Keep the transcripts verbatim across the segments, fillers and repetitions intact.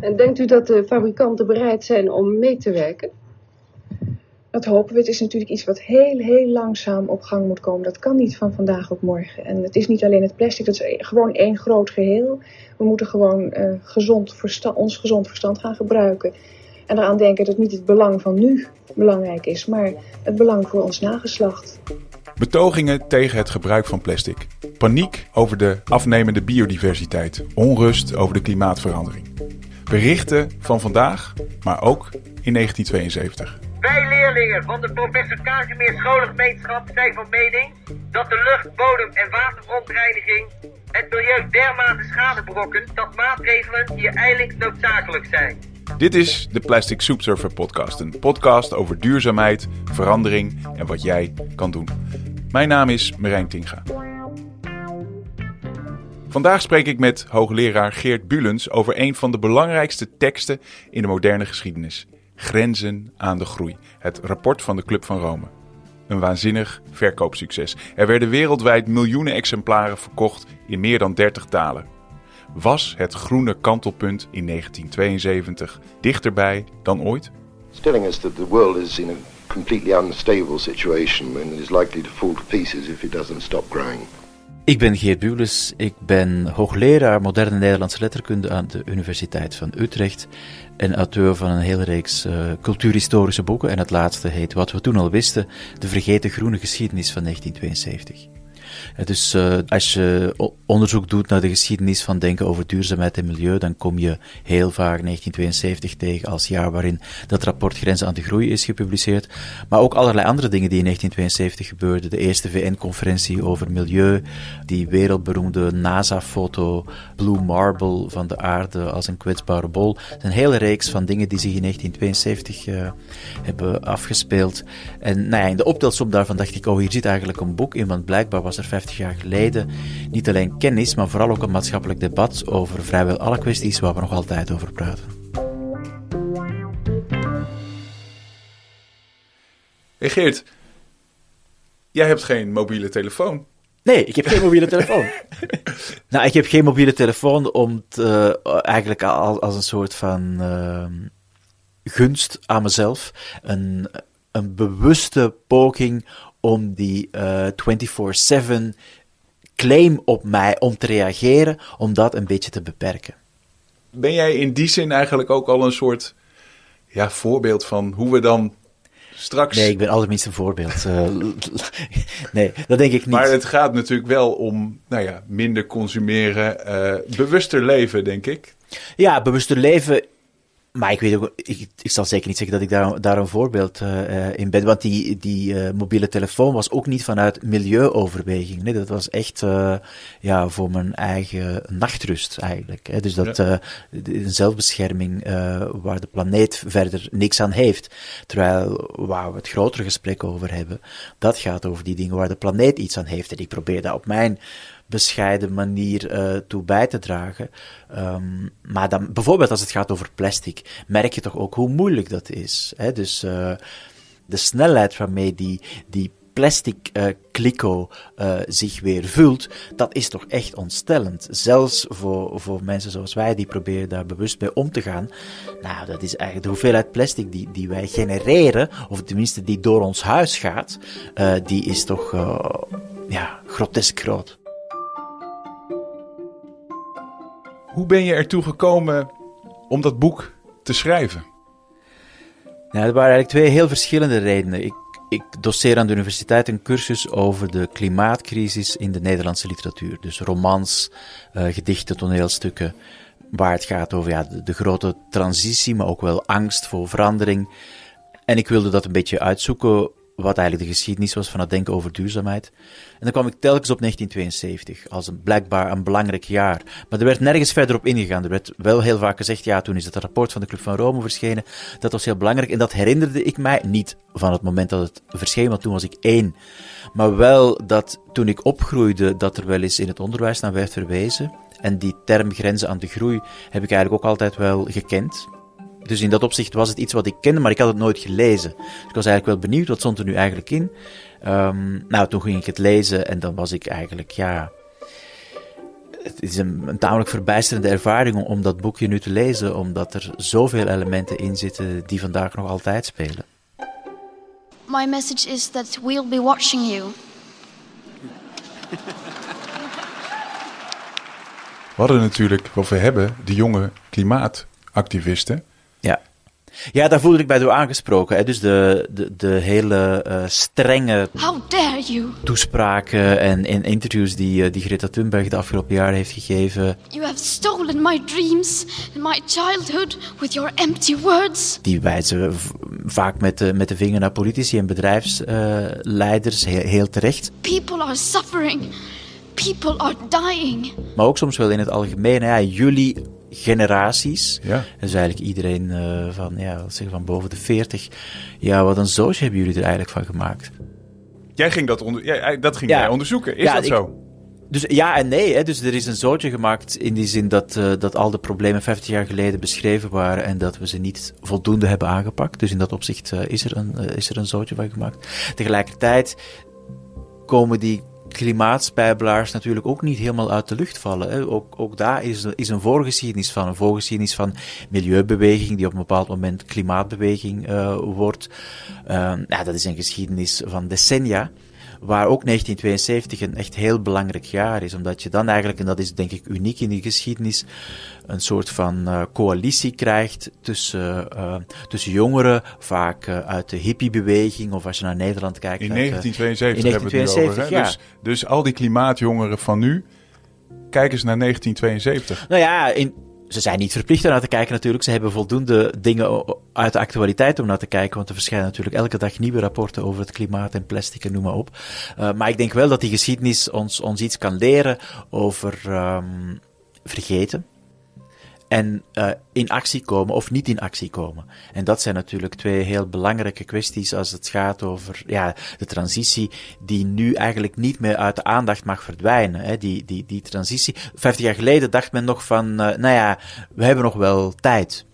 En denkt u dat de fabrikanten bereid zijn om mee te werken? Dat hopen we. Het is natuurlijk iets wat heel, heel langzaam op gang moet komen. Dat kan niet van vandaag op morgen. En het is niet alleen het plastic, dat is gewoon één groot geheel. We moeten gewoon uh, gezond versta- ons gezond verstand gaan gebruiken. En eraan denken dat niet het belang van nu belangrijk is, maar het belang voor ons nageslacht. Betogingen tegen het gebruik van plastic. Paniek over de afnemende biodiversiteit. Onrust over de klimaatverandering. Berichten van vandaag, maar ook in negentien tweeënzeventig. Wij leerlingen van de professor Casimir Scholengemeenschap zijn van mening dat de lucht, bodem en waterverontreiniging het milieu dermate schade berokkent dat maatregelen hier eindelijk noodzakelijk zijn. Dit is de Plastic Soup Surfer podcast, een podcast over duurzaamheid, verandering en wat jij kan doen. Mijn naam is Marijn Tinga. Vandaag spreek ik met hoogleraar Geert Bulens over een van de belangrijkste teksten in de moderne geschiedenis. Grenzen aan de groei. Het rapport van de Club van Rome. Een waanzinnig verkoopsucces. Er werden wereldwijd miljoenen exemplaren verkocht in meer dan dertig talen. Was het groene kantelpunt in negentien tweeënzeventig dichterbij dan ooit? It's telling us that the world is in a completely unstable situation and is likely to fall to pieces if it doesn't stop growing. Ik ben Geert Bulens, ik ben hoogleraar moderne Nederlandse letterkunde aan de Universiteit van Utrecht en auteur van een hele reeks uh, cultuurhistorische boeken en het laatste heet Wat we toen al wisten, de vergeten groene geschiedenis van negentien tweeënzeventig. Dus uh, als je onderzoek doet naar de geschiedenis van denken over duurzaamheid en milieu, dan kom je heel vaak negentien tweeënzeventig tegen als jaar waarin dat rapport Grenzen aan de Groei is gepubliceerd. Maar ook allerlei andere dingen die in negentien tweeënzeventig gebeurden. De eerste V N-conferentie over milieu, die wereldberoemde NASA-foto, Blue Marble van de aarde als een kwetsbare bol. Het is een hele reeks van dingen die zich in negentien tweeënzeventig uh, hebben afgespeeld. En nou ja, in de optelsom daarvan dacht ik, oh, hier zit eigenlijk een boek in, want blijkbaar was er vijftig jaar geleden niet alleen kennis, maar vooral ook een maatschappelijk debat over vrijwel alle kwesties waar we nog altijd over praten. Hey Geert, jij hebt geen mobiele telefoon. Nee, ik heb geen mobiele telefoon. nou, ik heb geen mobiele telefoon om te, uh, eigenlijk als, als een soort van uh, gunst aan mezelf, een, een bewuste poging om die uh, vierentwintig zeven claim op mij om te reageren, om dat een beetje te beperken. Ben jij in die zin eigenlijk ook al een soort ja, voorbeeld van hoe we dan straks... Nee, ik ben allerminst een voorbeeld. Uh, nee, dat denk ik niet. Maar het gaat natuurlijk wel om nou ja, minder consumeren, uh, bewuster leven, denk ik. Ja, bewuster leven... Maar ik weet ook, ik, ik zal zeker niet zeggen dat ik daar, daar een voorbeeld uh, in ben, want die, die uh, mobiele telefoon was ook niet vanuit milieuoverweging. Nee, dat was echt uh, ja, voor mijn eigen nachtrust eigenlijk. Hè. Dus dat ja. uh, een zelfbescherming uh, waar de planeet verder niks aan heeft. Terwijl waar we het grotere gesprek over hebben, dat gaat over die dingen waar de planeet iets aan heeft. En ik probeer dat op mijn bescheiden manier uh, toe bij te dragen. Um, maar dan, bijvoorbeeld als het gaat over plastic, merk je toch ook hoe moeilijk dat is. Hè? Dus uh, de snelheid waarmee die, die plastic uh, kliko uh, zich weer vult, dat is toch echt ontstellend. Zelfs voor, voor mensen zoals wij, die proberen daar bewust mee om te gaan. Nou, dat is eigenlijk de hoeveelheid plastic die, die wij genereren, of tenminste die door ons huis gaat, uh, die is toch uh, ja, grotesk groot. Hoe ben je ertoe gekomen om dat boek te schrijven? Nou, er waren eigenlijk twee heel verschillende redenen. Ik, ik doseer aan de universiteit een cursus over de klimaatcrisis in de Nederlandse literatuur. Dus romans, uh, gedichten, toneelstukken, waar het gaat over ja, de, de grote transitie, maar ook wel angst voor verandering. En ik wilde dat een beetje uitzoeken, wat eigenlijk de geschiedenis was van het denken over duurzaamheid. En dan kwam ik telkens op negentien tweeënzeventig, als een blijkbaar een belangrijk jaar. Maar er werd nergens verder op ingegaan. Er werd wel heel vaak gezegd, ja, toen is het rapport van de Club van Rome verschenen. Dat was heel belangrijk en dat herinnerde ik mij niet van het moment dat het verscheen, want toen was ik één. Maar wel dat toen ik opgroeide, dat er wel eens in het onderwijs naar werd verwezen. En die term grenzen aan de groei heb ik eigenlijk ook altijd wel gekend. Dus in dat opzicht was het iets wat ik kende, maar ik had het nooit gelezen. Dus ik was eigenlijk wel benieuwd, wat stond er nu eigenlijk in? Um, nou, toen ging ik het lezen en dan was ik eigenlijk, ja... het is een, een tamelijk verbijsterende ervaring om, om dat boekje nu te lezen, omdat er zoveel elementen in zitten die vandaag nog altijd spelen. My message is that we'll be watching you. We hadden natuurlijk, of we hebben, de jonge klimaatactivisten. Ja. Ja, daar voelde ik bij door aangesproken. Hè. Dus de, de, de hele uh, strenge How dare you? toespraken en, en interviews die, uh, die Greta Thunberg de afgelopen jaren heeft gegeven. You have stolen my dreams and my childhood with your empty words. Die wijzen v- vaak met de, met de vinger naar politici en bedrijfsleiders, uh, heel, heel terecht. People are suffering. People are dying. Maar ook soms wel in het algemeen. Ja, jullie generaties, Ja. dus eigenlijk iedereen uh, van, ja, wat zeg, van boven de veertig. Ja, wat een zootje hebben jullie er eigenlijk van gemaakt. Jij ging dat, onder, ja, dat ging Ja. jij onderzoeken. Is Ja, dat ik- zo? Dus ja en nee, hè. Dus er is een zootje gemaakt in die zin dat, uh, dat al de problemen vijftig jaar geleden beschreven waren en dat we ze niet voldoende hebben aangepakt. Dus in dat opzicht uh, is, er een, uh, is er een zootje van gemaakt. Tegelijkertijd komen die klimaatspijbelaars natuurlijk ook niet helemaal uit de lucht vallen. Hè. Ook, ook daar is, is een voorgeschiedenis van. Een voorgeschiedenis van milieubeweging, die op een bepaald moment klimaatbeweging uh, wordt. Uh, ja, dat is een geschiedenis van decennia. Waar ook negentien tweeënzeventig een echt heel belangrijk jaar is. Omdat je dan eigenlijk, en dat is denk ik uniek in die geschiedenis, een soort van uh, coalitie krijgt tussen, uh, tussen jongeren, vaak uh, uit de hippiebeweging, of als je naar Nederland kijkt. In uit, uh, negentien tweeënzeventig in hebben we het nu over. Hè? ja. Dus, dus al die klimaatjongeren van nu, kijk eens naar negentien tweeënzeventig. Nou ja, in, ze zijn niet verplicht om naar te kijken natuurlijk. Ze hebben voldoende dingen uit de actualiteit om naar te kijken. Want er verschijnen natuurlijk elke dag nieuwe rapporten over het klimaat en plastic en noem maar op. Uh, maar ik denk wel dat die geschiedenis ons, ons iets kan leren over um, vergeten. En uh, in actie komen of niet in actie komen. En dat zijn natuurlijk twee heel belangrijke kwesties als het gaat over ja, de transitie die nu eigenlijk niet meer uit de aandacht mag verdwijnen. Hè. Die, die, die transitie. Vijftig jaar geleden dacht men nog van, uh, nou ja, we hebben nog wel tijd.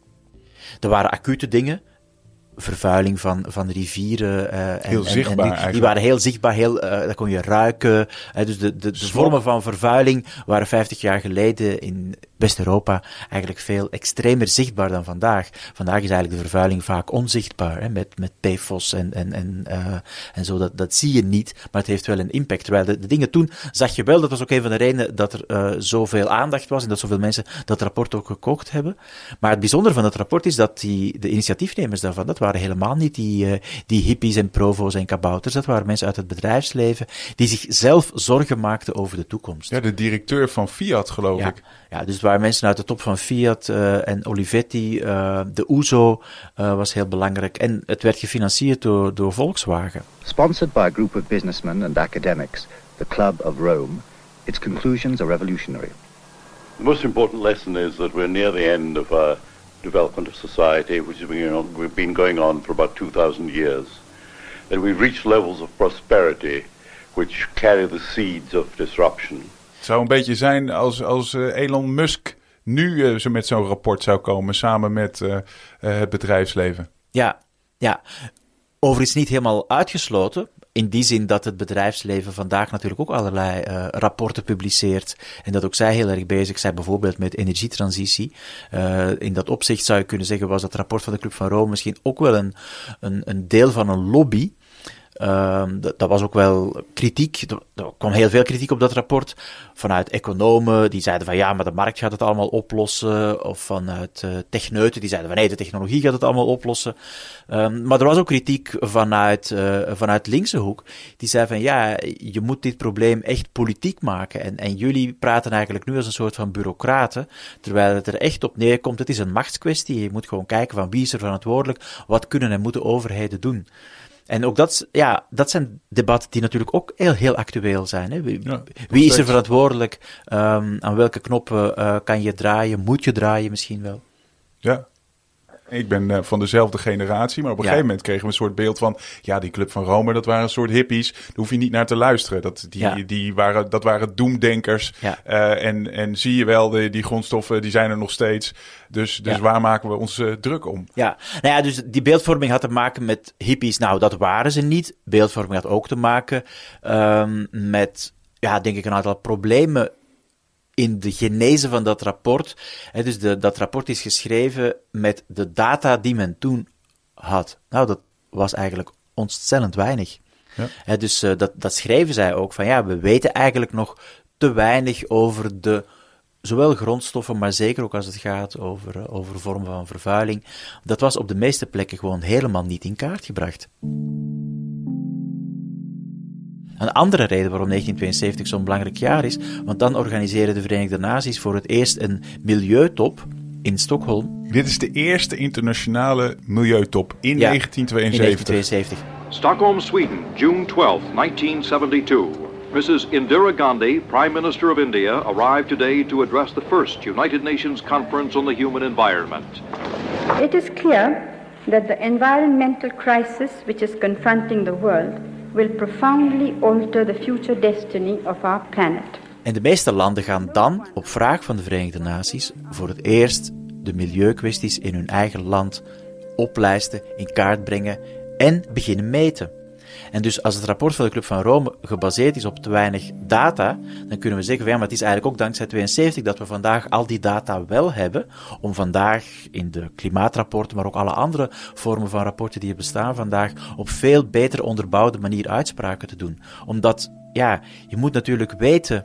Er waren acute dingen. Vervuiling van, van rivieren. Uh, en, heel en, zichtbaar en die, eigenlijk. die waren heel zichtbaar, heel, uh, dat kon je ruiken. Uh, dus de, de, de vormen van vervuiling waren vijftig jaar geleden in West-Europa eigenlijk veel extremer zichtbaar dan vandaag. Vandaag is eigenlijk de vervuiling vaak onzichtbaar, hè, met, met P F O S en, en, en, uh, en zo. Dat, dat zie je niet, maar het heeft wel een impact. Terwijl de, de dingen toen zag je wel, dat was ook een van de redenen dat er uh, zoveel aandacht was en dat zoveel mensen dat rapport ook gekocht hebben. Maar het bijzondere van dat rapport is dat die, de initiatiefnemers daarvan, dat waren helemaal niet die, uh, die hippies en provo's en kabouters. Dat waren mensen uit het bedrijfsleven die zich zelf zorgen maakten over de toekomst. Ja, de directeur van Fiat, geloof Ja, ik. ja, dus het waren mensen uit de top van Fiat uh, en Olivetti. Uh, de O E S O uh, was heel belangrijk. En het werd gefinancierd door, door Volkswagen. Sponsored by a group of businessmen and academics, the Club of Rome, its conclusions are revolutionary. The most important lesson is that we're near the end of our development of society, which has been, on, we've been going on for about two thousand years. That we've reached levels of prosperity which carry the seeds of disruption. Het zou een beetje zijn als, als uh, Elon Musk nu uh, zo met zo'n rapport zou komen, samen met uh, uh, het bedrijfsleven. Ja, ja. Overigens niet helemaal uitgesloten. In die zin dat het bedrijfsleven vandaag natuurlijk ook allerlei uh, rapporten publiceert. En dat ook zij heel erg bezig zijn, bijvoorbeeld met energietransitie. Uh, in dat opzicht zou je kunnen zeggen, was dat rapport van de Club van Rome misschien ook wel een, een, een deel van een lobby. Uh, dat, dat was ook wel kritiek. Er, er kwam heel veel kritiek op dat rapport. Vanuit economen, die zeiden van ja, maar de markt gaat het allemaal oplossen. Of vanuit uh, techneuten, die zeiden van nee, de technologie gaat het allemaal oplossen. Um, maar er was ook kritiek vanuit, uh, vanuit linkse hoek. Die zei van ja, je moet dit probleem echt politiek maken. En, en jullie praten eigenlijk nu als een soort van bureaucraten. Terwijl het er echt op neerkomt, het is een machtskwestie. Je moet gewoon kijken van wie is er verantwoordelijk. Wat kunnen en moeten overheden doen. En ook dat, ja, dat zijn debatten die natuurlijk ook heel, heel actueel zijn. Hè. Wie, Ja, wie is er verantwoordelijk? Um, aan welke knoppen uh, kan je draaien? Moet je draaien misschien wel? Ja. Ik ben uh, van dezelfde generatie, maar op een Ja. gegeven moment kregen we een soort beeld van, ja, die Club van Rome, dat waren een soort hippies, daar hoef je niet naar te luisteren. Dat, die, Ja. die waren, dat waren doemdenkers. Ja. Uh, en, en zie je wel, de, die grondstoffen, die zijn er nog steeds. Dus, dus Ja. waar maken we ons uh, druk om? Ja, nou ja, dus die beeldvorming had te maken met hippies. Nou, dat waren ze niet. Beeldvorming had ook te maken um, met, ja, denk ik, een aantal problemen in de genese van dat rapport. Hè, dus de, dat rapport is geschreven met de data die men toen had. Nou, dat was eigenlijk ontstellend weinig. Ja. Hè, dus uh, dat, dat schreven zij ook, van ja, we weten eigenlijk nog te weinig over de, zowel grondstoffen, maar zeker ook als het gaat over, uh, over vormen van vervuiling. Dat was op de meeste plekken gewoon helemaal niet in kaart gebracht. Een andere reden waarom negentien tweeënzeventig zo'n belangrijk jaar is, want dan organiseren de Verenigde Naties voor het eerst een milieutop in Stockholm. Dit is de eerste internationale milieutop in ja, negentien tweeënzeventig. In negentien tweeënzeventig. Stockholm, Sweden, June twelfth, nineteen seventy-two. Missus Indira Gandhi, Prime Minister of India, arrived today to address the first United Nations Conference on the Human Environment. It is clear that the environmental crisis which is confronting the world will profoundly alter the future destiny of our planet. En de meeste landen gaan dan, op vraag van de Verenigde Naties, voor het eerst de milieukwesties in hun eigen land oplijsten, in kaart brengen en beginnen meten. En dus als het rapport van de Club van Rome gebaseerd is op te weinig data, dan kunnen we zeggen van ja, maar het is eigenlijk ook dankzij tweeënzeventig dat we vandaag al die data wel hebben, om vandaag in de klimaatrapporten, maar ook alle andere vormen van rapporten die er bestaan vandaag, op veel beter onderbouwde manier uitspraken te doen. Omdat, ja, je moet natuurlijk weten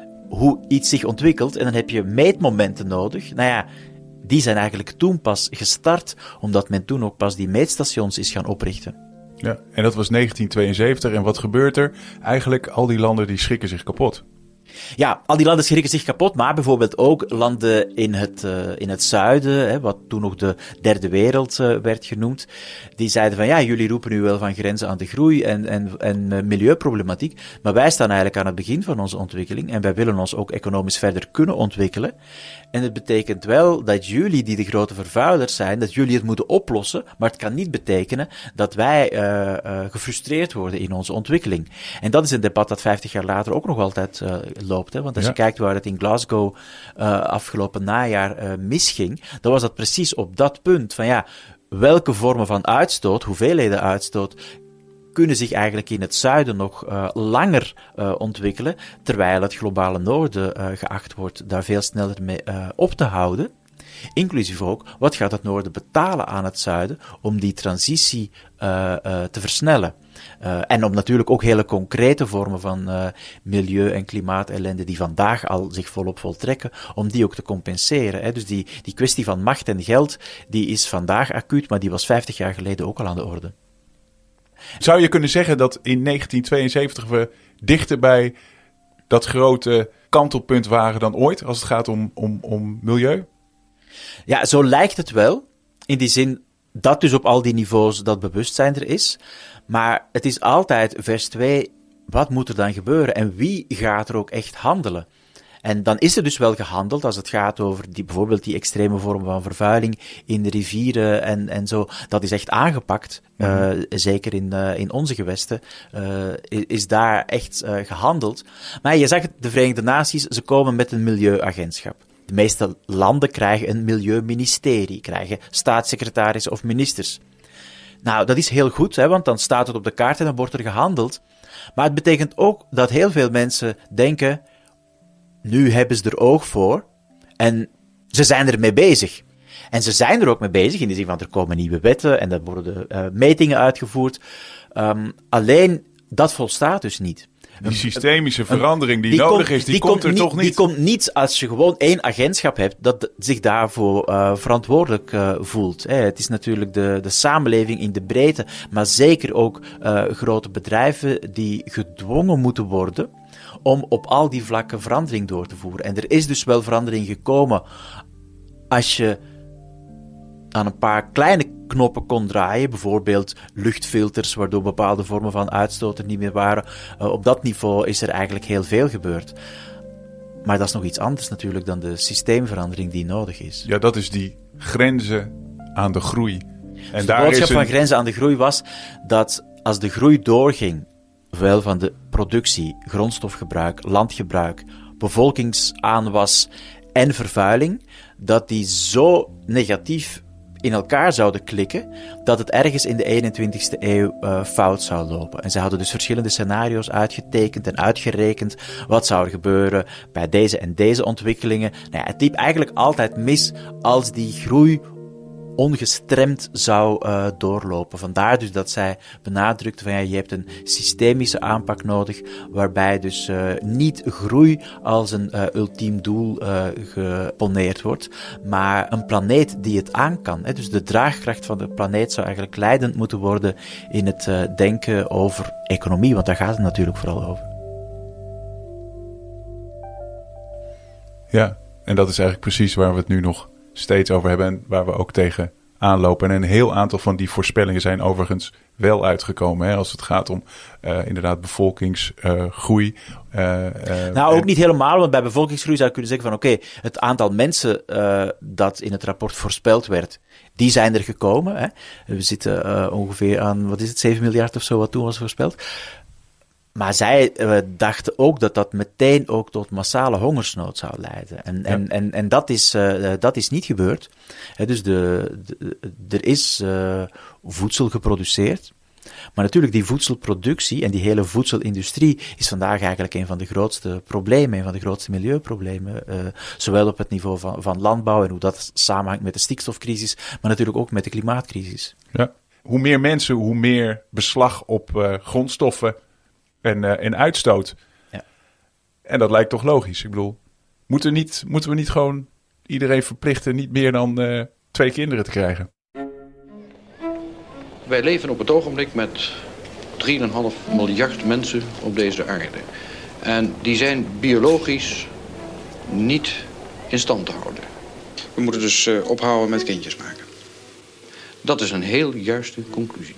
hoe iets zich ontwikkelt en dan heb je meetmomenten nodig. Nou ja, die zijn eigenlijk toen pas gestart, omdat men toen ook pas die meetstations is gaan oprichten. Ja, en dat was negentien tweeënzeventig. En wat gebeurt er? Eigenlijk, al die landen die schrikken zich kapot. Ja, al die landen schrikken zich kapot, maar bijvoorbeeld ook landen in het, uh, in het zuiden, hè, wat toen nog de derde wereld uh, werd genoemd, die zeiden van ja, jullie roepen nu wel van grenzen aan de groei en, en, en uh, milieuproblematiek, maar wij staan eigenlijk aan het begin van onze ontwikkeling en wij willen ons ook economisch verder kunnen ontwikkelen. En het betekent wel dat jullie, die de grote vervuilers zijn, dat jullie het moeten oplossen, maar het kan niet betekenen dat wij uh, uh, gefrustreerd worden in onze ontwikkeling. En dat is een debat dat vijftig jaar later ook nog altijd uh, loopt. Hè? Want als ja. je kijkt waar het in Glasgow uh, afgelopen najaar uh, misging, dan was dat precies op dat punt van ja, welke vormen van uitstoot, hoeveelheden uitstoot, kunnen zich eigenlijk in het zuiden nog uh, langer uh, ontwikkelen, terwijl het globale noorden uh, geacht wordt daar veel sneller mee uh, op te houden. Inclusief ook, wat gaat het noorden betalen aan het zuiden om die transitie uh, uh, te versnellen? Uh, en om natuurlijk ook hele concrete vormen van uh, milieu- en klimaatellende die vandaag al zich volop voltrekken, om die ook te compenseren. Hè. Dus die, die kwestie van macht en geld, die is vandaag acuut, maar die was vijftig jaar geleden ook al aan de orde. Zou je kunnen zeggen dat in negentien tweeënzeventig we dichter bij dat grote kantelpunt waren dan ooit, als het gaat om, om, om milieu? Ja, zo lijkt het wel. In die zin dat dus op al die niveaus dat bewustzijn er is. Maar het is altijd vers twee, wat moet er dan gebeuren? En wie gaat er ook echt handelen? En dan is er dus wel gehandeld als het gaat over die, bijvoorbeeld die extreme vormen van vervuiling in de rivieren en, en zo. Dat is echt aangepakt. Mm-hmm. Uh, zeker in, uh, in onze gewesten uh, is, is daar echt uh, gehandeld. Maar je zag het, de Verenigde Naties, ze komen met een milieuagentschap. De meeste landen krijgen een milieuministerie, krijgen staatssecretarissen of ministers. Nou, dat is heel goed, hè, want dan staat het op de kaart en dan wordt er gehandeld. Maar het betekent ook dat heel veel mensen denken, nu hebben ze er oog voor en ze zijn ermee bezig. En ze zijn er ook mee bezig, in de zin van er komen nieuwe wetten en er worden uh, metingen uitgevoerd. Um, alleen, dat volstaat dus niet. Die systemische verandering die, die nodig komt, is, die, die komt, komt er niet, toch niet? Die komt niet als je gewoon één agentschap hebt dat zich daarvoor uh, verantwoordelijk uh, voelt. Hè. Het is natuurlijk de, de samenleving in de breedte, maar zeker ook uh, grote bedrijven die gedwongen moeten worden om op al die vlakken verandering door te voeren. En er is dus wel verandering gekomen als je aan een paar kleine knoppen kon draaien, bijvoorbeeld luchtfilters, waardoor bepaalde vormen van uitstoot er niet meer waren. Uh, op dat niveau is er eigenlijk heel veel gebeurd. Maar dat is nog iets anders natuurlijk dan de systeemverandering die nodig is. Ja, dat is die grenzen aan de groei. En dus daar de boodschap is een... van grenzen aan de groei was dat als de groei doorging, ofwel van de productie, grondstofgebruik, landgebruik, bevolkingsaanwas en vervuiling, dat die zo negatief in elkaar zouden klikken, dat het ergens in de eenentwintigste eeuw uh, fout zou lopen. En ze hadden dus verschillende scenario's uitgetekend en uitgerekend. Wat zou er gebeuren bij deze en deze ontwikkelingen? Nou ja, het liep eigenlijk altijd mis als die groei ongestremd zou uh, doorlopen. Vandaar dus dat zij benadrukte van ja, je hebt een systemische aanpak nodig, waarbij dus uh, niet groei als een uh, ultiem doel uh, geponeerd wordt, maar een planeet die het aan kan. Hè. Dus de draagkracht van de planeet zou eigenlijk leidend moeten worden in het uh, denken over economie, want daar gaat het natuurlijk vooral over. Ja, en dat is eigenlijk precies waar we het nu nog steeds over hebben en waar we ook tegen aanlopen. En een heel aantal van die voorspellingen zijn overigens wel uitgekomen. Hè, als het gaat om uh, inderdaad bevolkingsgroei. Uh, uh, nou, ook en... niet helemaal, want bij bevolkingsgroei zou je kunnen zeggen van oké, okay, het aantal mensen uh, dat in het rapport voorspeld werd, die zijn er gekomen. Hè. We zitten uh, ongeveer aan, wat is het, zeven miljard of zo wat toen was voorspeld. Maar zij uh, dachten ook dat dat meteen ook tot massale hongersnood zou leiden. En, ja. en, en, en dat, is, uh, dat is niet gebeurd. He, dus de, de, er is uh, voedsel geproduceerd. Maar natuurlijk, die voedselproductie en die hele voedselindustrie is vandaag eigenlijk een van de grootste problemen, een van de grootste milieuproblemen. Uh, zowel op het niveau van, van landbouw en hoe dat samenhangt met de stikstofcrisis, maar natuurlijk ook met de klimaatcrisis. Ja. Hoe meer mensen, hoe meer beslag op uh, grondstoffen En, uh, en uitstoot. Ja. En dat lijkt toch logisch. Ik bedoel, moeten, niet, moeten we niet gewoon iedereen verplichten niet meer dan uh, twee kinderen te krijgen? Wij leven op het ogenblik met drie komma vijf miljard mensen op deze aarde. En die zijn biologisch niet in stand te houden. We moeten dus uh, ophouden met kindjes maken. Dat is een heel juiste conclusie.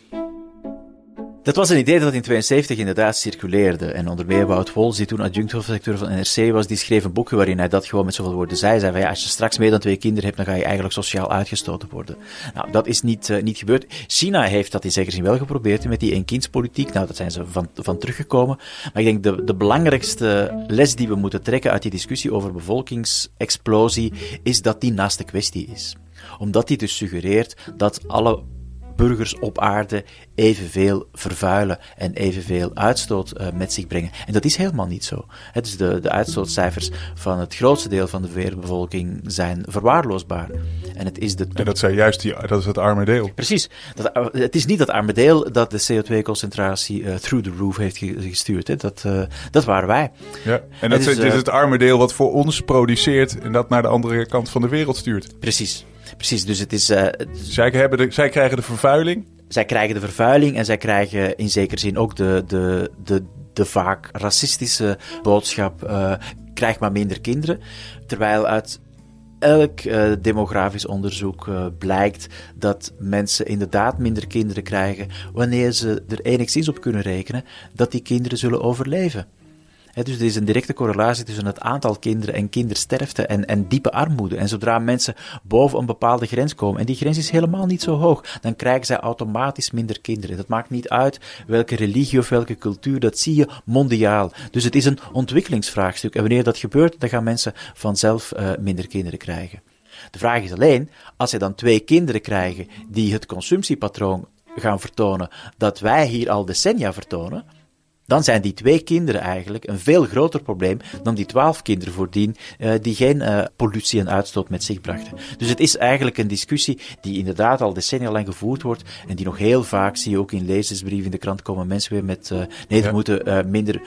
Dat was een idee dat in tweeënzeventig inderdaad circuleerde. En onder meer Wout Wolfs, die toen adjunct hoofdredacteur van N R C was, die schreef een boekje waarin hij dat gewoon met zoveel woorden zei. Hij zei van ja, als je straks meer dan twee kinderen hebt, dan ga je eigenlijk sociaal uitgestoten worden. Nou, dat is niet, uh, niet gebeurd. China heeft dat in zekere zin wel geprobeerd met die eenkindspolitiek. Nou, daar zijn ze van, van teruggekomen. Maar ik denk de, de belangrijkste les die we moeten trekken uit die discussie over bevolkingsexplosie is dat die naast de kwestie is. Omdat die dus suggereert dat alle burgers op aarde evenveel vervuilen en evenveel uitstoot uh, met zich brengen. En dat is helemaal niet zo. He, dus de, de uitstootcijfers van het grootste deel van de wereldbevolking zijn verwaarloosbaar. En, het is de, en dat, zijn juist die, dat is het arme deel. Precies. Dat, het is niet dat arme deel dat de C O twee concentratie uh, through the roof heeft gestuurd. He. Dat, uh, dat waren wij. Ja. En dat is, uh, is het arme deel wat voor ons produceert en dat naar de andere kant van de wereld stuurt. Precies. Precies, dus het is... Uh, zij, hebben de, zij krijgen de vervuiling? Zij krijgen de vervuiling en zij krijgen in zekere zin ook de, de, de, de vaak racistische boodschap, uh, krijg maar minder kinderen. Terwijl uit elk uh, demografisch onderzoek uh, blijkt dat mensen inderdaad minder kinderen krijgen wanneer ze er enigszins op kunnen rekenen dat die kinderen zullen overleven. He, dus er is een directe correlatie tussen het aantal kinderen en kindersterfte en, en diepe armoede. En zodra mensen boven een bepaalde grens komen, en die grens is helemaal niet zo hoog, dan krijgen zij automatisch minder kinderen. Dat maakt niet uit welke religie of welke cultuur, dat zie je mondiaal. Dus het is een ontwikkelingsvraagstuk. En wanneer dat gebeurt, dan gaan mensen vanzelf uh, minder kinderen krijgen. De vraag is alleen, als ze dan twee kinderen krijgen die het consumptiepatroon gaan vertonen dat wij hier al decennia vertonen, dan zijn die twee kinderen eigenlijk een veel groter probleem dan die twaalf kinderen voordien uh, die geen uh, pollutie en uitstoot met zich brachten. Dus het is eigenlijk een discussie die inderdaad al decennia lang gevoerd wordt en die nog heel vaak, zie je ook in lezersbrieven in de krant, komen mensen weer met uh, nee, er ja. moeten uh, minder...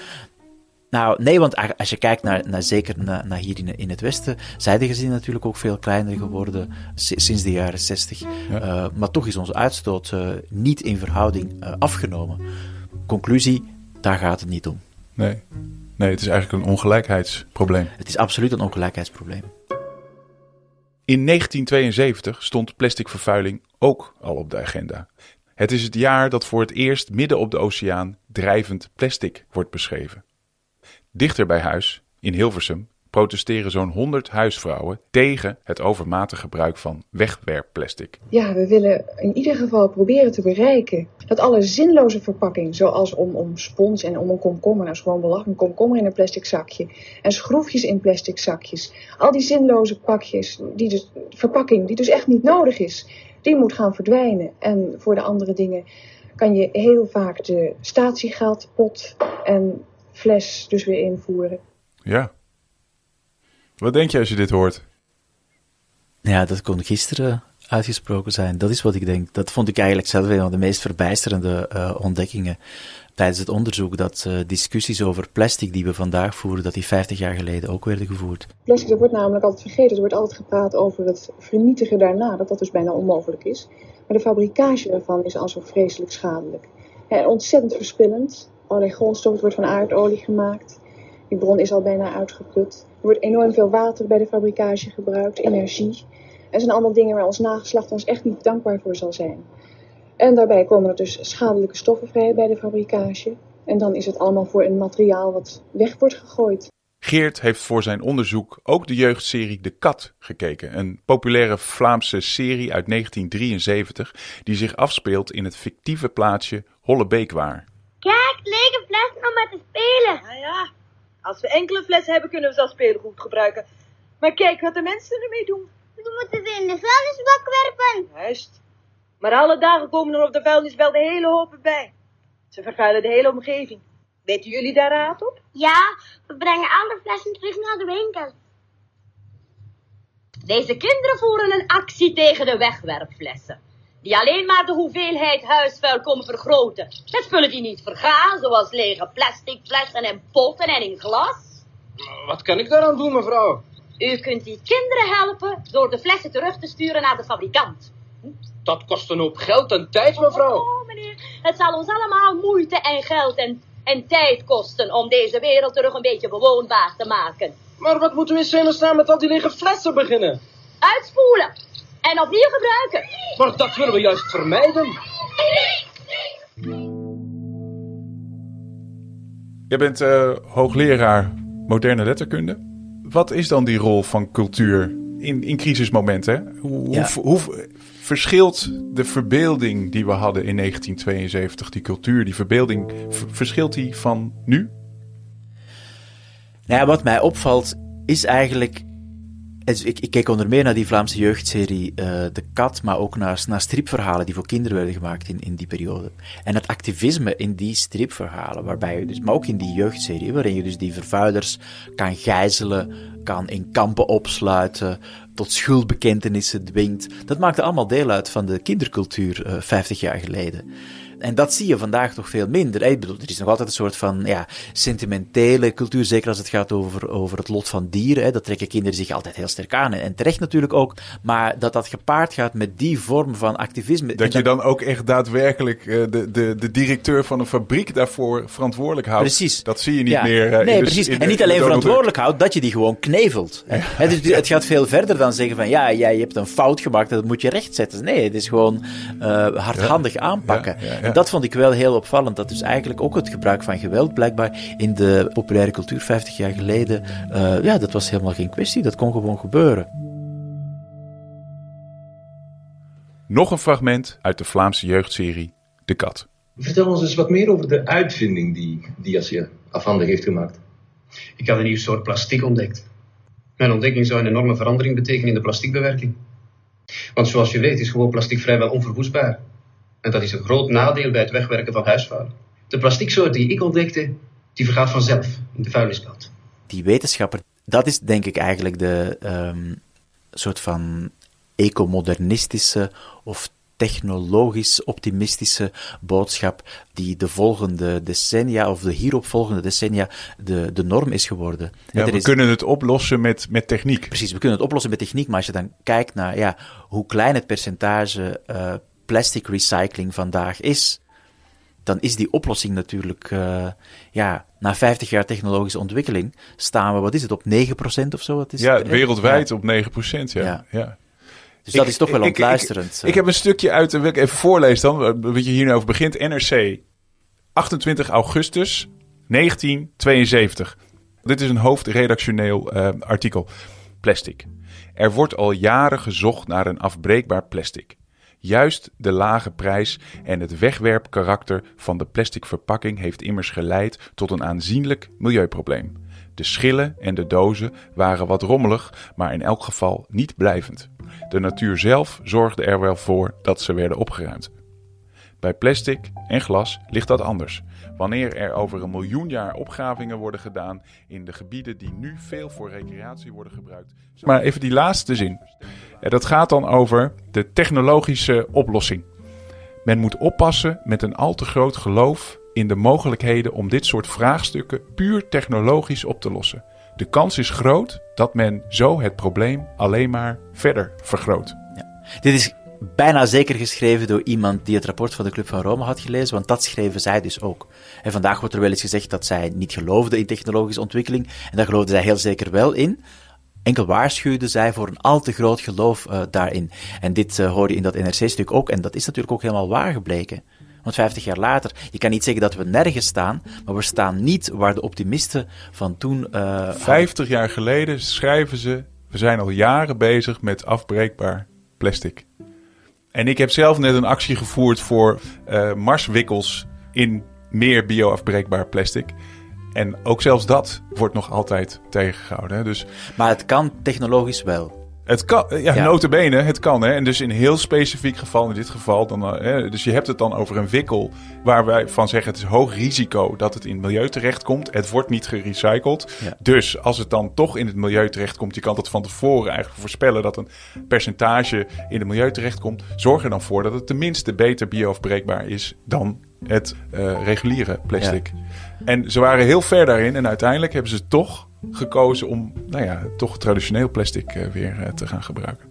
Nou, nee, want als je kijkt naar, naar zeker naar, naar hier in, in het Westen, zijn de gezinnen natuurlijk ook veel kleiner geworden sinds de jaren zestig. Ja. Uh, maar toch is onze uitstoot uh, niet in verhouding uh, afgenomen. Conclusie, daar gaat het niet om. Nee. nee, het is eigenlijk een ongelijkheidsprobleem. Het is absoluut een ongelijkheidsprobleem. In negentien tweeënzeventig stond plasticvervuiling ook al op de agenda. Het is het jaar dat voor het eerst midden op de oceaan drijvend plastic wordt beschreven. Dichter bij huis, in Hilversum, protesteren zo'n honderd huisvrouwen tegen het overmatig gebruik van wegwerpplastic. Ja, we willen in ieder geval proberen te bereiken dat alle zinloze verpakking, zoals om, om spons en om een komkommer, nou is gewoon belachelijk, een komkommer in een plastic zakje en schroefjes in plastic zakjes, al die zinloze pakjes, die dus, verpakking die dus echt niet nodig is, die moet gaan verdwijnen. En voor de andere dingen kan je heel vaak de statiegeldpot en fles dus weer invoeren. Ja. Wat denk je als je dit hoort? Ja, dat kon gisteren uitgesproken zijn. Dat is wat ik denk. Dat vond ik eigenlijk zelf een van de meest verbijsterende uh, ontdekkingen tijdens het onderzoek, dat uh, discussies over plastic die we vandaag voeren, dat die vijftig jaar geleden ook werden gevoerd. Plastic, dat wordt namelijk altijd vergeten. Er wordt altijd gepraat over het vernietigen daarna, dat dat dus bijna onmogelijk is. Maar de fabricage daarvan is al zo vreselijk schadelijk. Ja, ontzettend verspillend. Allerlei grondstoffen, het wordt van aardolie gemaakt. Die bron is al bijna uitgeput. Er wordt enorm veel water bij de fabricage gebruikt, energie. Dat zijn allemaal dingen waar ons nageslacht ons echt niet dankbaar voor zal zijn. En daarbij komen er dus schadelijke stoffen vrij bij de fabricage. En dan is het allemaal voor een materiaal wat weg wordt gegooid. Geert heeft voor zijn onderzoek ook de jeugdserie De Kat gekeken. Een populaire Vlaamse serie uit negentien drieënzeventig die zich afspeelt in het fictieve plaatsje Hollebeekwaar. Kijk, lege flessen om met te spelen. Nou ja, als we enkele flessen hebben kunnen we ze als speelgoed gebruiken. Maar kijk wat de mensen ermee doen. We moeten ze in de vuilnisbak werpen. Juist. Maar alle dagen komen er op de vuilnisbel de hele hopen bij. Ze vervuilen de hele omgeving. Weten jullie daar raad op? Ja, we brengen alle flessen terug naar de winkel. Deze kinderen voeren een actie tegen de wegwerpflessen, die alleen maar de hoeveelheid huisvuil komen vergroten. Met spullen die niet vergaan, zoals lege plastic flessen en potten en in glas. Wat kan ik daaraan doen, mevrouw? U kunt die kinderen helpen door de flessen terug te sturen naar de fabrikant. Dat kost een hoop geld en tijd, mevrouw. Oh, meneer, het zal ons allemaal moeite en geld en, en tijd kosten om deze wereld terug een beetje bewoonbaar te maken. Maar wat moeten we in hemelsnaam met al die lege flessen beginnen? Uitspoelen en opnieuw gebruiken. Maar dat willen we juist vermijden. Jij bent uh, hoogleraar moderne letterkunde. Wat is dan die rol van cultuur in, in crisismomenten? Hoe, ja. hoe, hoe verschilt de verbeelding die we hadden in negentien tweeënzeventig, die cultuur, die verbeelding, v- verschilt die van nu? Nou ja, wat mij opvalt is eigenlijk... Ik, ik keek onder meer naar die Vlaamse jeugdserie uh, De Kat, maar ook naar, naar stripverhalen die voor kinderen werden gemaakt in, in die periode. En het activisme in die stripverhalen, waarbij je dus, maar ook in die jeugdserie, waarin je dus die vervuilers kan gijzelen, kan in kampen opsluiten, tot schuldbekentenissen dwingt. Dat maakte allemaal deel uit van de kindercultuur uh, vijftig jaar geleden. En dat zie je vandaag toch veel minder. Ik bedoel, er is nog altijd een soort van ja, sentimentele cultuur, zeker als het gaat over, over het lot van dieren. Hè. Dat trekken kinderen zich altijd heel sterk aan. En terecht natuurlijk ook. Maar dat dat gepaard gaat met die vorm van activisme. Dat, dat je dan ook echt daadwerkelijk uh, de, de, de directeur van een fabriek daarvoor verantwoordelijk houdt. Precies. Dat zie je niet ja. meer. Uh, nee, in precies. De, in en niet de, alleen de verantwoordelijk houdt, dat je die gewoon knevelt. Ja. Hè. Dus het gaat veel verder dan zeggen van ja, jij hebt een fout gemaakt, dat moet je rechtzetten. Nee, het is gewoon uh, hardhandig ja. aanpakken. Ja, ja, ja. En dat vond ik wel heel opvallend, dat dus eigenlijk ook het gebruik van geweld blijkbaar in de populaire cultuur vijftig jaar geleden, uh, ja, dat was helemaal geen kwestie, dat kon gewoon gebeuren. Nog een fragment uit de Vlaamse jeugdserie De Kat. Vertel ons eens wat meer over de uitvinding die Dias je afhandig heeft gemaakt. Ik had een nieuw soort plastic ontdekt. Mijn ontdekking zou een enorme verandering betekenen in de plasticbewerking. Want zoals je weet is gewoon plastic vrijwel onverwoestbaar. En dat is een groot nadeel bij het wegwerken van huisvuil. De plasticsoort die ik ontdekte, die vergaat vanzelf in de vuilnisbelt. Die wetenschapper, dat is denk ik eigenlijk de um, soort van ecomodernistische of technologisch optimistische boodschap die de volgende decennia of de hieropvolgende decennia de, de norm is geworden. Ja, we is... kunnen het oplossen met, met techniek. Precies, we kunnen het oplossen met techniek, maar als je dan kijkt naar ja, hoe klein het percentage uh, plastic recycling vandaag is, dan is die oplossing natuurlijk, uh, ja, na vijftig jaar technologische ontwikkeling staan we, wat is het, op negen procent of zo? Wat is ja, het? wereldwijd ja. op negen procent, ja. ja. ja. Dus dat ik, is toch wel ik, ontluisterend. Ik, ik, ik heb een stukje uit, wil ik even voorlezen dan, wat je hier nu over begint. N R C, achtentwintig augustus negentien tweeënzeventig. Dit is een hoofdredactioneel uh, artikel. Plastic. Er wordt al jaren gezocht naar een afbreekbaar plastic. Juist de lage prijs en het wegwerpkarakter van de plastic verpakking heeft immers geleid tot een aanzienlijk milieuprobleem. De schillen en de dozen waren wat rommelig, maar in elk geval niet blijvend. De natuur zelf zorgde er wel voor dat ze werden opgeruimd. Bij plastic en glas ligt dat anders. Wanneer er over een miljoen jaar opgravingen worden gedaan in de gebieden die nu veel voor recreatie worden gebruikt. Maar even die laatste zin. Dat gaat dan over de technologische oplossing. Men moet oppassen met een al te groot geloof in de mogelijkheden om dit soort vraagstukken puur technologisch op te lossen. De kans is groot dat men zo het probleem alleen maar verder vergroot. Ja. Dit is bijna zeker geschreven door iemand die het rapport van de Club van Rome had gelezen, want dat schreven zij dus ook. En vandaag wordt er wel eens gezegd dat zij niet geloofden in technologische ontwikkeling, en daar geloofden zij heel zeker wel in. Enkel waarschuwden zij voor een al te groot geloof uh, daarin. En dit uh, hoor je in dat N R C-stuk ook, en dat is natuurlijk ook helemaal waar gebleken. Want vijftig jaar later, je kan niet zeggen dat we nergens staan, maar we staan niet waar de optimisten van toen... Uh, vijftig jaar geleden schrijven ze, we zijn al jaren bezig met afbreekbaar plastic. En ik heb zelf net een actie gevoerd voor uh, marswikkels in meer bio-afbreekbaar plastic. En ook zelfs dat wordt nog altijd tegengehouden. Hè? Dus, maar het kan technologisch wel. Het kan, ja, ja. Nota bene, het kan. Hè? En dus in een heel specifiek geval, in dit geval, dan, hè, dus je hebt het dan over een wikkel waar wij van zeggen het is hoog risico dat het in het milieu terechtkomt. Het wordt niet gerecycled. Ja. Dus als het dan toch in het milieu terechtkomt, je kan dat van tevoren eigenlijk voorspellen dat een percentage in het milieu terechtkomt. Zorg er dan voor dat het tenminste beter bio-afbreekbaar is dan het uh, reguliere plastic. Ja. En ze waren heel ver daarin en uiteindelijk hebben ze toch gekozen om, nou ja, toch traditioneel plastic uh, weer uh, te gaan gebruiken.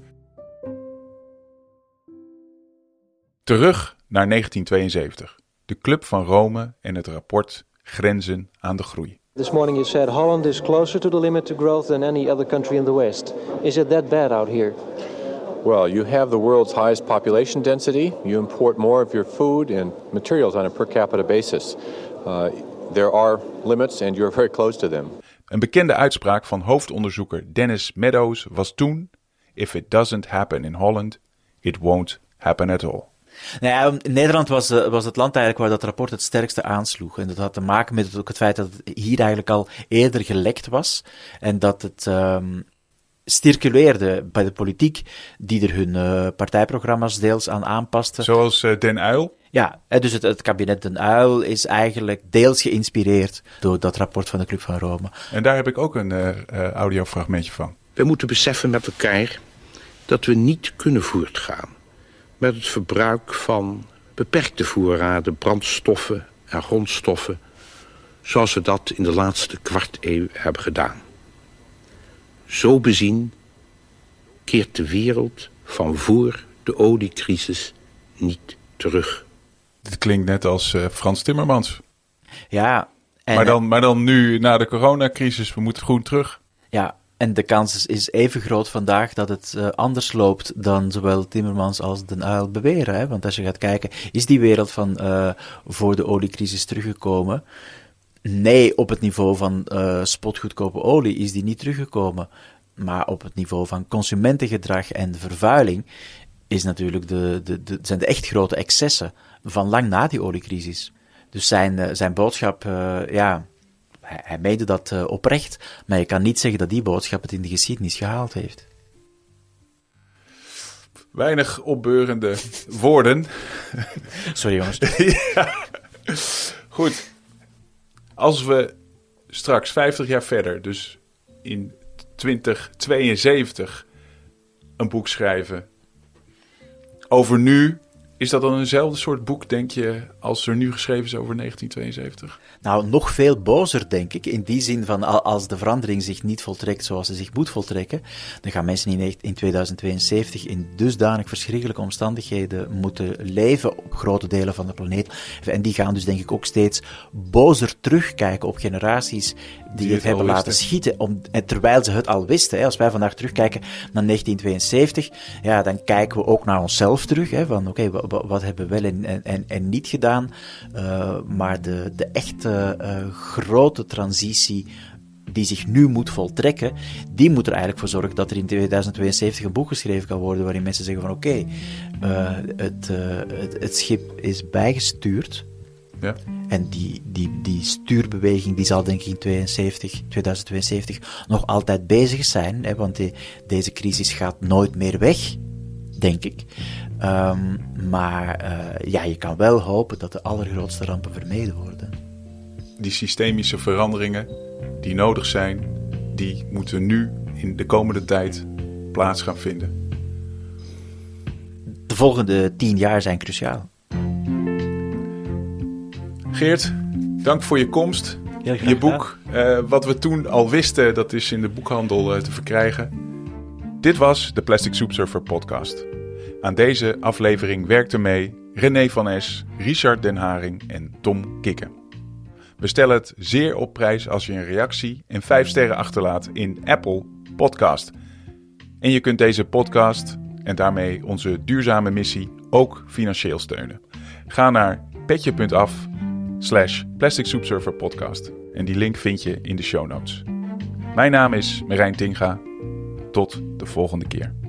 Terug naar negentien tweeënzeventig. De Club van Rome en het rapport Grenzen aan de groei. This morning you said Holland is closer to the limit to growth than any other country in the West. Is it that bad out here? Well, you have the world's highest population density. You import more of your food and materials on a per capita basis. Uh, there are limits and you're very close to them. Een bekende uitspraak van hoofdonderzoeker Dennis Meadows was toen: If it doesn't happen in Holland, it won't happen at all. Nou ja, Nederland was, was het land eigenlijk waar dat rapport het sterkste aansloeg. En dat had te maken met ook het feit dat het hier eigenlijk al eerder gelekt was. En dat het um, circuleerde bij de politiek, die er hun uh, partijprogramma's deels aan aanpaste. Zoals uh, Den Uyl? Ja, dus het, het kabinet Den Uyl is eigenlijk deels geïnspireerd door dat rapport van de Club van Rome. En daar heb ik ook een uh, uh, audiofragmentje van. We moeten beseffen met elkaar dat we niet kunnen voortgaan met het verbruik van beperkte voorraden, brandstoffen en grondstoffen, zoals we dat in de laatste kwart eeuw hebben gedaan. Zo bezien keert de wereld van voor de oliecrisis niet terug. Dit klinkt net als uh, Frans Timmermans. Ja. En, maar, dan, maar dan nu, na de coronacrisis, we moeten goed terug. Ja, en de kans is even groot vandaag dat het uh, anders loopt dan zowel Timmermans als Den Uyl beweren. Hè? Want als je gaat kijken, is die wereld van uh, voor de oliecrisis teruggekomen? Nee, op het niveau van uh, spotgoedkope olie is die niet teruggekomen. Maar op het niveau van consumentengedrag en vervuiling is natuurlijk de, de, de, zijn de echt grote excessen van lang na die oliecrisis. Dus zijn, uh, zijn boodschap, uh, ja, hij, hij meende dat uh, oprecht, maar je kan niet zeggen dat die boodschap het in de geschiedenis gehaald heeft. Weinig opbeurende woorden. Sorry jongens. Ja. Goed. Als we straks vijftig jaar verder, dus in twintig tweeënzeventig, een boek schrijven over nu, is dat dan eenzelfde soort boek, denk je, als er nu geschreven is over negentien tweeënzeventig? Nou, nog veel bozer, denk ik. In die zin van, als de verandering zich niet voltrekt zoals ze zich moet voltrekken, dan gaan mensen in, in tweeduizend tweeënzeventig in dusdanig verschrikkelijke omstandigheden moeten leven op grote delen van de planeet. En die gaan dus, denk ik, ook steeds bozer terugkijken op generaties die, die het, het hebben laten wisten. schieten, om, terwijl ze het al wisten. Hè. Als wij vandaag terugkijken naar negentien tweeënzeventig, ja, dan kijken we ook naar onszelf terug, hè, van oké, okay, wat, wat hebben we wel en, en, en niet gedaan, uh, maar de, de echte uh, grote transitie die zich nu moet voltrekken, die moet er eigenlijk voor zorgen dat er in tweeduizend tweeënzeventig een boek geschreven kan worden waarin mensen zeggen van oké, okay, uh, het, uh, het, het schip is bijgestuurd. Ja. En die, die, die stuurbeweging die zal denk ik in tweeënzeventig, tweeduizend tweeënzeventig nog altijd bezig zijn, hè, want die, deze crisis gaat nooit meer weg, denk ik. Um, maar uh, ja, je kan wel hopen dat de allergrootste rampen vermeden worden. Die systemische veranderingen die nodig zijn, die moeten nu in de komende tijd plaats gaan vinden. De volgende tien jaar zijn cruciaal. Geert, dank voor je komst. Je boek, uh, wat we toen al wisten, dat is in de boekhandel uh, te verkrijgen. Dit was de Plastic Soup Surfer podcast. Aan deze aflevering werkten mee René van S, Richard Den Haring en Tom Kikke. We stellen het zeer op prijs als je een reactie en vijf sterren achterlaat in Apple Podcast. En je kunt deze podcast en daarmee onze duurzame missie ook financieel steunen. Ga naar petje.af slash Plastic Soup Surfer podcast. En die link vind je in de show notes. Mijn naam is Merijn Tinga. Tot de volgende keer.